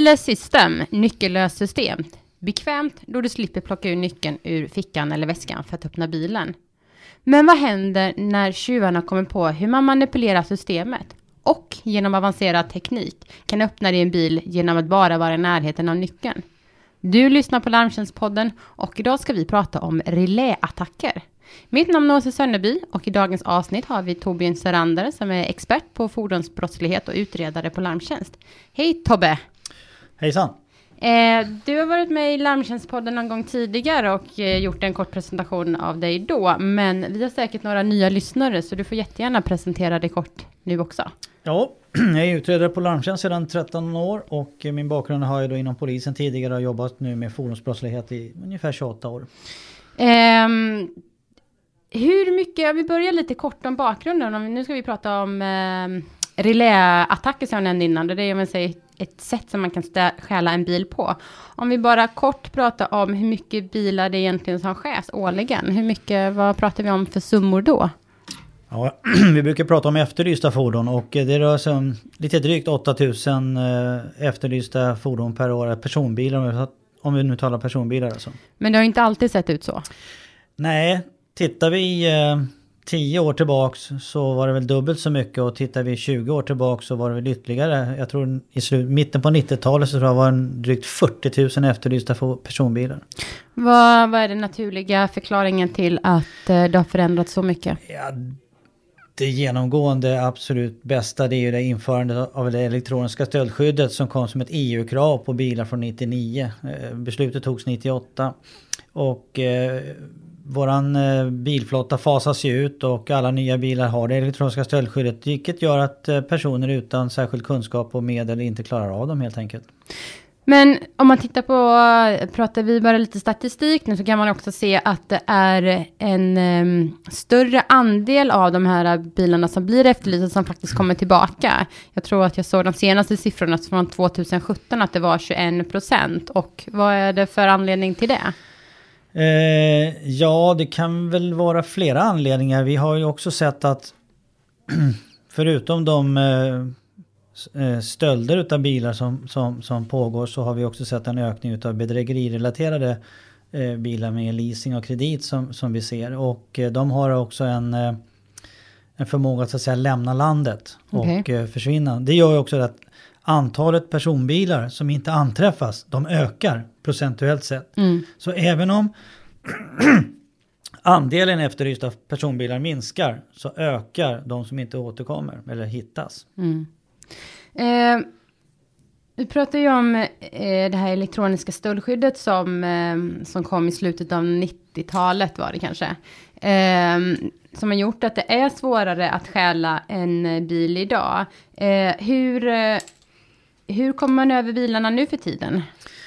Keyless system, nyckellöst system. Bekvämt då du slipper plocka ur nyckeln ur fickan eller väskan för att öppna bilen. Men vad händer när tjuvarna kommer på hur man manipulerar systemet? Och genom avancerad teknik kan öppna din bil genom att bara vara i närheten av nyckeln. Du lyssnar på Larmtjänstpodden och idag ska vi prata om reläattacker. Mitt namn är Åsa Sönnerby och i dagens avsnitt har vi Torbjörn Serander som är expert på fordonsbrottslighet och utredare på Larmtjänst. Hej Tobbe! Hejsan! Du har varit med i Larmtjänstpodden någon gång tidigare och gjort en kort presentation av dig då. Men vi har säkert några nya lyssnare så du får jättegärna presentera dig kort nu också. Ja, jag är utredare på Larmtjänst sedan 13 år och min bakgrund har jag då inom polisen tidigare och jobbat nu med fordonsbrottslighet i ungefär 28 år. Hur mycket, vi börjar lite kort om bakgrunden. Nu ska vi prata om reläattacker som jag nämnde innan. Det är om man säger ett sätt som man kan stjäla en bil på. Om vi bara kort pratar om hur mycket bilar det egentligen som stjäls årligen. Hur mycket, vad pratar vi om för summor då? Ja, vi brukar prata om efterlysta fordon och det rör sig om lite drygt 8000 efterlysta fordon per år. Personbilar, om vi nu talar personbilar alltså. Men det har inte alltid sett ut så? Nej, tittar vi 10 år tillbaks så var det väl dubbelt så mycket och tittar vi 20 år tillbaks så var det väl ytterligare. Jag tror i mitten på 90-talet så tror jag var det drygt 40 000 efterlysta personbilar. Vad är den naturliga förklaringen till att det har förändrats så mycket? Ja, det genomgående absolut bästa det är ju det införandet av det elektroniska stöldskyddet som kom som ett EU-krav på bilar från 99. Beslutet togs 98 och våran bilflotta fasas ju ut och alla nya bilar har det elektroniska stöldskyddet, vilket gör att personer utan särskild kunskap och medel inte klarar av dem helt enkelt. Men om man tittar på, pratar vi bara lite statistik nu så kan man också se att det är en större andel av de här bilarna som blir efterlysta som faktiskt kommer tillbaka. Jag tror att jag såg de senaste siffrorna från 2017 att det var 21%. Och vad är det för anledning till det? Ja, det kan väl vara flera anledningar. Vi har ju också sett att förutom de stölder utav bilar som pågår så har vi också sett en ökning utav bedrägerirelaterade bilar med leasing och kredit som vi ser. Och de har också en förmåga att, så att säga, lämna landet och försvinna. Det gör ju också att antalet personbilar som inte anträffas, de ökar procentuellt sett. Så även om andelen efterlysta personbilar minskar så ökar de som inte återkommer eller hittas. Vi pratar ju om det här elektroniska stöldskyddet som kom i slutet av 90-talet var det kanske. Som har gjort att det är svårare att stjäla en bil idag. Hur kommer man över bilarna nu för tiden?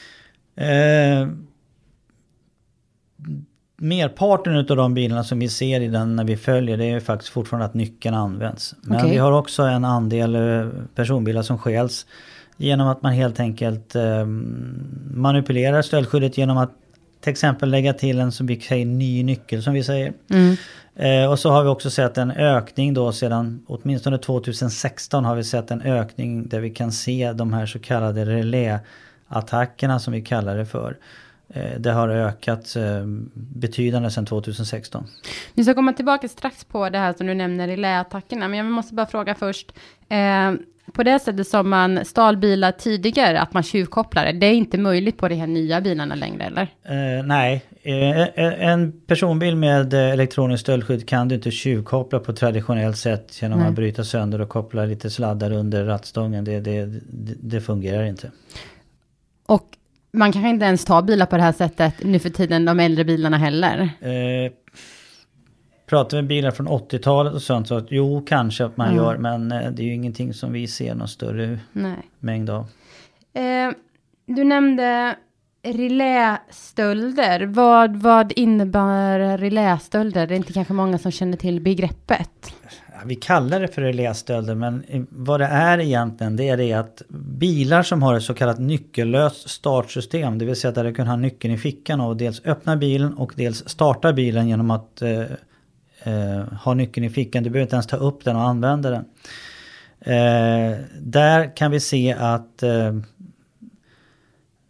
Merparten av de bilarna som vi ser i den när vi följer det är faktiskt fortfarande att nyckeln används. Men vi har också en andel personbilar som stjäls genom att man helt enkelt manipulerar stöldskyddet genom att till exempel lägga till en som vi säger ny nyckel som vi säger. Och så har vi också sett en ökning då sedan åtminstone 2016 har vi sett en ökning där vi kan se de här så kallade reläattackerna som vi kallar det för. Det har ökat betydande sedan 2016. Vi ska komma tillbaka strax på det här som du nämner reläattackerna. Men jag måste bara fråga först. På det sättet som man stal bilar tidigare, att man tjuvkopplar det är inte möjligt på de här nya bilarna längre, eller? Nej, en personbil med elektroniskt stöldskydd kan du inte tjuvkoppla på traditionellt sätt genom att bryta sönder och koppla lite sladdar under rattstången. Det fungerar inte. Och man kan inte ens ta bilar på det här sättet nu för tiden, de äldre bilarna heller? Pratar vi bilar från 80-talet och sånt så att jo, kanske att man gör, men det är ju ingenting som vi ser någon större mängd av. Du nämnde relästölder. Vad innebär relästölder? Det är inte kanske många som känner till begreppet. Vi kallar det för relästölder, men vad det är egentligen det är det att bilar som har ett så kallat nyckellöst startsystem, det vill säga där du kan ha nyckeln i fickan och dels öppna bilen och dels starta bilen genom att ha nyckeln i fickan. Du behöver inte ens ta upp den och använda den. Där kan vi se att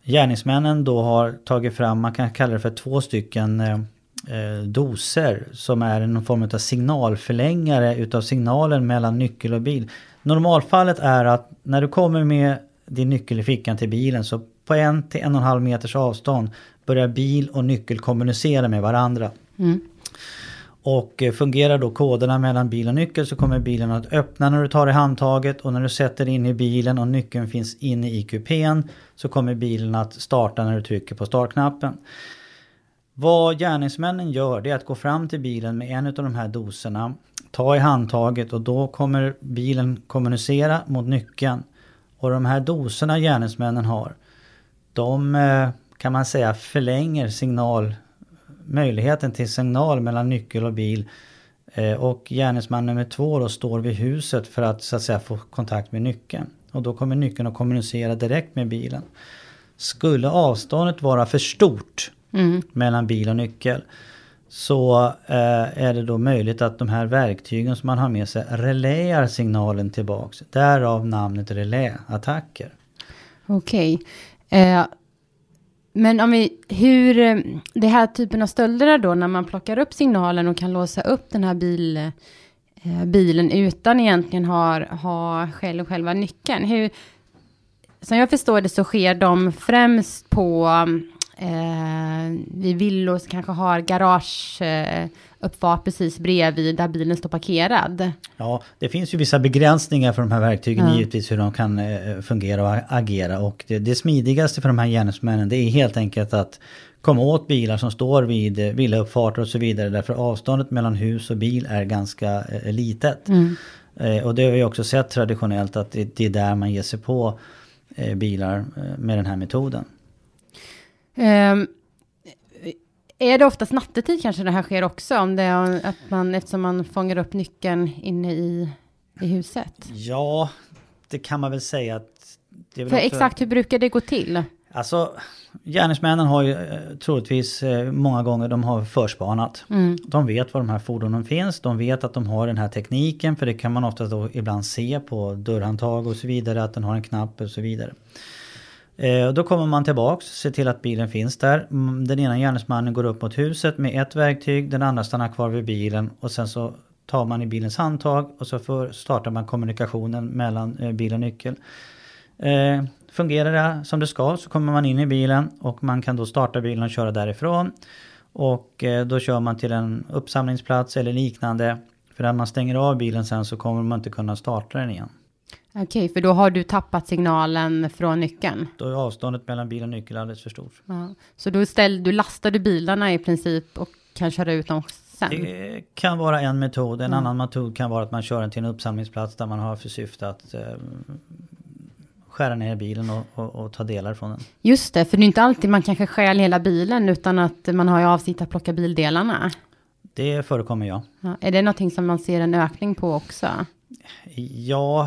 gärningsmännen då har tagit fram, man kan kalla det för 2 stycken doser som är en form av signalförlängare utav signalen mellan nyckel och bil. Normalfallet är att när du kommer med din nyckel i fickan till bilen, så på 1 till 1,5 meters avstånd börjar bil och nyckel kommunicera med varandra. Och fungerar då koderna mellan bil och nyckel, så kommer bilen att öppna när du tar i handtaget, och när du sätter in i bilen och nyckeln finns inne i kupén, så kommer bilen att starta när du trycker på startknappen. Vad gärningsmännen gör, det är att gå fram till bilen med en av de här doserna, ta i handtaget, och då kommer bilen kommunicera mot nyckeln. Och de här doserna gärningsmännen har, de kan man säga förlänger möjligheten till signal mellan nyckel och bil. Och gärningsman nummer 2 då står vid huset för att så att säga få kontakt med nyckeln. Och då kommer nyckeln att kommunicera direkt med bilen. Skulle avståndet vara för stort mellan bil och nyckel, så är det då möjligt att de här verktygen som man har med sig reläar signalen tillbaks. Därav namnet reläattacker. Okej. Men det här typen av stölder då, när man plockar upp signalen och kan låsa upp den här bilen utan egentligen ha själva nyckeln. Som jag förstår det så sker de främst på vid villor som kanske har garage uppfart precis bredvid där bilen står parkerad. Ja, det finns ju vissa begränsningar för de här verktygen givetvis hur de kan fungera och agera. Och det smidigaste för de här gärningsmännen, det är helt enkelt att komma åt bilar som står vid villauppfarter och så vidare. Därför avståndet mellan hus och bil är ganska litet. Och det har vi också sett traditionellt att det är där man ger sig på bilar med den här metoden. Är det oftast nattetid kanske det här sker också? Om det är att eftersom man fångar upp nyckeln inne i huset? Ja, det kan man väl säga. Att det är väl för också... Exakt hur brukar det gå till? Alltså, gärningsmännen har ju troligtvis många gånger de har förspanat. De vet var de här fordonen finns. De vet att de har den här tekniken. För det kan man ofta då ibland se på dörrhandtag och så vidare. Att den har en knapp och så vidare. Då kommer man tillbaks, ser till att bilen finns där. Den ena gärningsmannen går upp mot huset med ett verktyg, den andra stannar kvar vid bilen, och sen så tar man i bilens handtag och så startar man kommunikationen mellan bil och nyckel. Fungerar det som det ska, så kommer man in i bilen och man kan då starta bilen och köra därifrån. Och då kör man till en uppsamlingsplats eller liknande. För när man stänger av bilen sen så kommer man inte kunna starta den igen. Okej, för då har du tappat signalen från nyckeln. Då är avståndet mellan bil och nyckel alldeles för stort. Ja. Så du lastar bilarna i princip och kan köra ut dem sen? Det kan vara en metod. En annan metod kan vara att man kör den till en uppsamlingsplats där man har för syfte att skära ner bilen och ta delar från den. Just det, för det är inte alltid man kanske stjäl hela bilen utan att man har ju avsikt att plocka bildelarna. Det förekommer, ja. Är det någonting som man ser en ökning på också? Ja,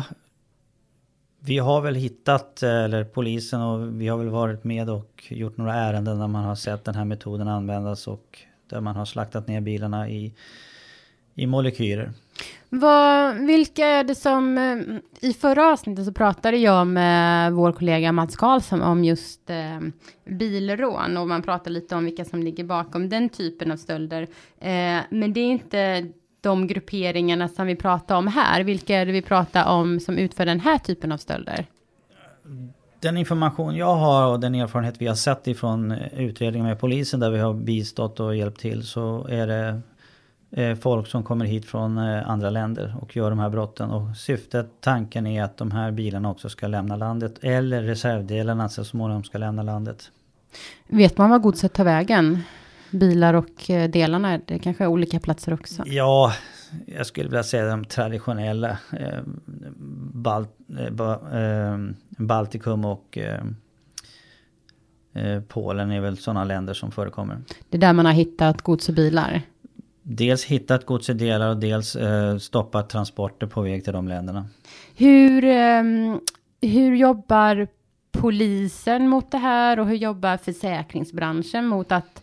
vi har väl hittat, eller polisen och vi har väl varit med och gjort några ärenden där man har sett den här metoden användas och där man har slaktat ner bilarna i molekyler. Vilka är det som, i förra avsnittet så pratade jag med vår kollega Mats Karlsson om just bilrån och man pratade lite om vilka som ligger bakom den typen av stölder. Men det är inte de grupperingarna som vi pratar om här. Vilka är det vi pratar om som utför den här typen av stölder? Den information jag har och den erfarenhet vi har sett ifrån utredningen med polisen där vi har bistått och hjälpt till, så är det folk som kommer hit från andra länder och gör de här brotten. Och tanken är att de här bilarna också ska lämna landet eller reservdelarna så småningom ska lämna landet. Vet man vad godset tar vägen? Bilar och delarna, det kanske är olika platser också. Ja, jag skulle vilja säga de traditionella Baltikum och Polen är väl sådana länder som förekommer. Det är där man har hittat gods och bilar? Dels hittat gods och delar och dels stoppat transporter på väg till de länderna. Hur jobbar polisen mot det här och hur jobbar försäkringsbranschen mot att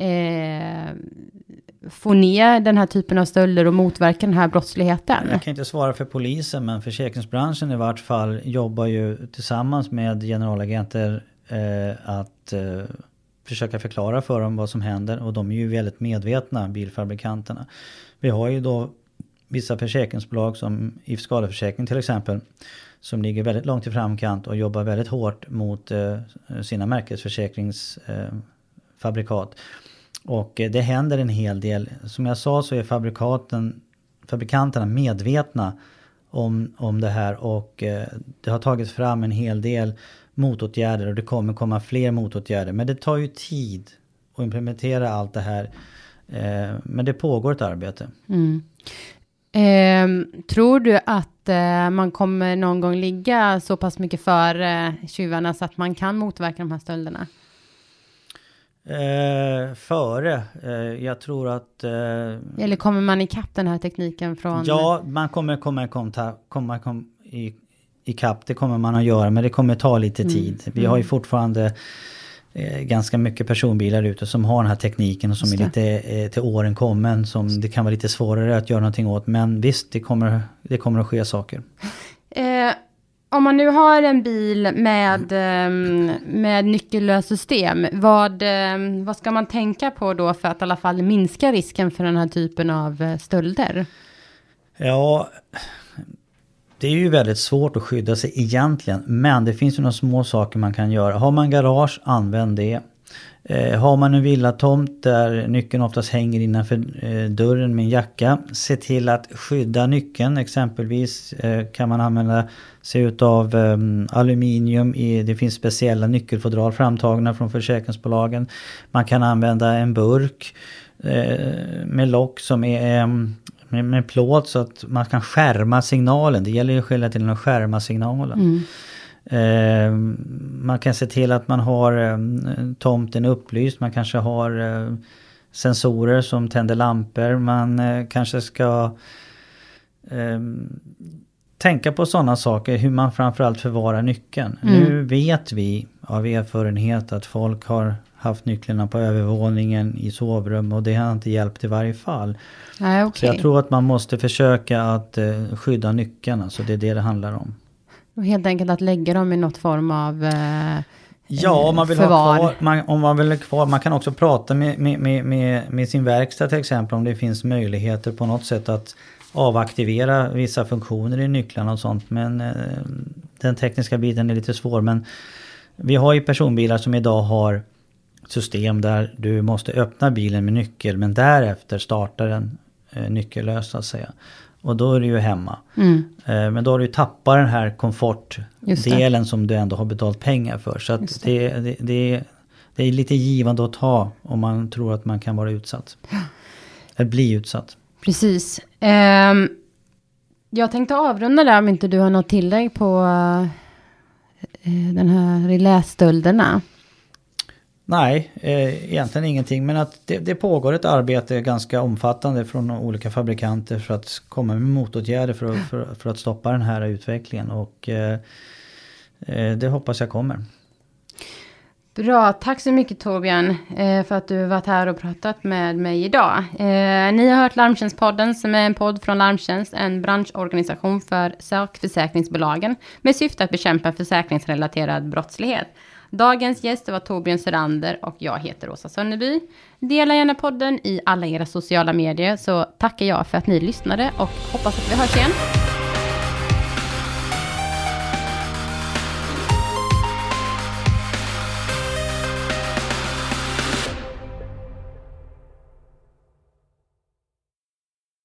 få ner den här typen av stölder och motverka den här brottsligheten? Jag kan inte svara för polisen, men försäkringsbranschen i vart fall jobbar ju tillsammans med generalagenter att försöka förklara för dem vad som händer. Och de är ju väldigt medvetna, bilfabrikanterna. Vi har ju då vissa försäkringsbolag som If skadeförsäkring till exempel, som ligger väldigt långt i framkant och jobbar väldigt hårt mot sina märkesförsäkringsfabrikat. Och det händer en hel del. Som jag sa så är fabrikanterna medvetna om det här, och det har tagits fram en hel del motåtgärder, och det kommer komma fler motåtgärder. Men det tar ju tid att implementera allt det här. Men det pågår ett arbete. Tror du att man kommer någon gång ligga så pass mycket för tjuvarna så att man kan motverka de här stölderna? Jag tror att... Eller kommer man ikapp den här tekniken från... Ja, man kommer komma ikapp. Det kommer man att göra, men det kommer ta lite tid. Vi har ju fortfarande ganska mycket personbilar ute som har den här tekniken och som är lite till åren kommen, som det kan vara lite svårare att göra någonting åt. Men visst, det kommer att ske saker. Om man nu har en bil med nyckellöst system, vad ska man tänka på då för att i alla fall minska risken för den här typen av stölder? Ja, det är ju väldigt svårt att skydda sig egentligen, men det finns ju några små saker man kan göra. Har man garage, använd det. Har man en villatomt där nyckeln oftast hänger innanför dörren med en jacka, se till att skydda nyckeln. Exempelvis kan man använda sig utav aluminium. Det finns speciella nyckelfodral framtagna från försäkringsbolagen. Man kan använda en burk med lock som är med plåt så att man kan skärma signalen. Det gäller ju hela tiden att skärma signalen. Man kan se till att man har tomten upplyst. Man kanske har sensorer som tänder lampor. Man kanske ska tänka på sådana saker. Hur man framförallt förvarar nyckeln. Nu vet vi av erfarenhet att folk har haft nycklarna på övervåningen i sovrum, och det har inte hjälpt i varje fall. Nej, okay. Så jag tror att man måste försöka att skydda nycklarna, så det är det handlar om. Och helt enkelt att lägga dem i något form av ja, om man vill förvar. Ha kvar, om man vill ha kvar. Man kan också prata med sin verkstad till exempel, om det finns möjligheter på något sätt att avaktivera vissa funktioner i nycklarna och sånt. Men den tekniska biten är lite svår. Men vi har ju personbilar som idag har system där du måste öppna bilen med nyckel, men därefter startar den nyckellös så att säga. Och då är du ju hemma. Men då har du tappat den här komfortdelen som du ändå har betalt pengar för. Så att det är lite givande att ta om man tror att man kan vara utsatt. Eller bli utsatt. Precis. Jag tänkte avrunda där om inte du har något tillägg på den här relästölderna. Nej, egentligen ingenting. Men att det pågår ett arbete ganska omfattande från olika fabrikanter för att komma med motåtgärder för att stoppa den här utvecklingen. Och det hoppas jag kommer. Bra, tack så mycket Torbjörn för att du varit här och pratat med mig idag. Ni har hört Larmtjänstpodden, som är en podd från Larmtjänst, en branschorganisation för sakförsäkringsbolagen med syfte att bekämpa försäkringsrelaterad brottslighet. Dagens gäst var Torbjörn Serander och jag heter Åsa Sönneby. Dela gärna podden i alla era sociala medier, så tackar jag för att ni lyssnade och hoppas att vi hörs igen.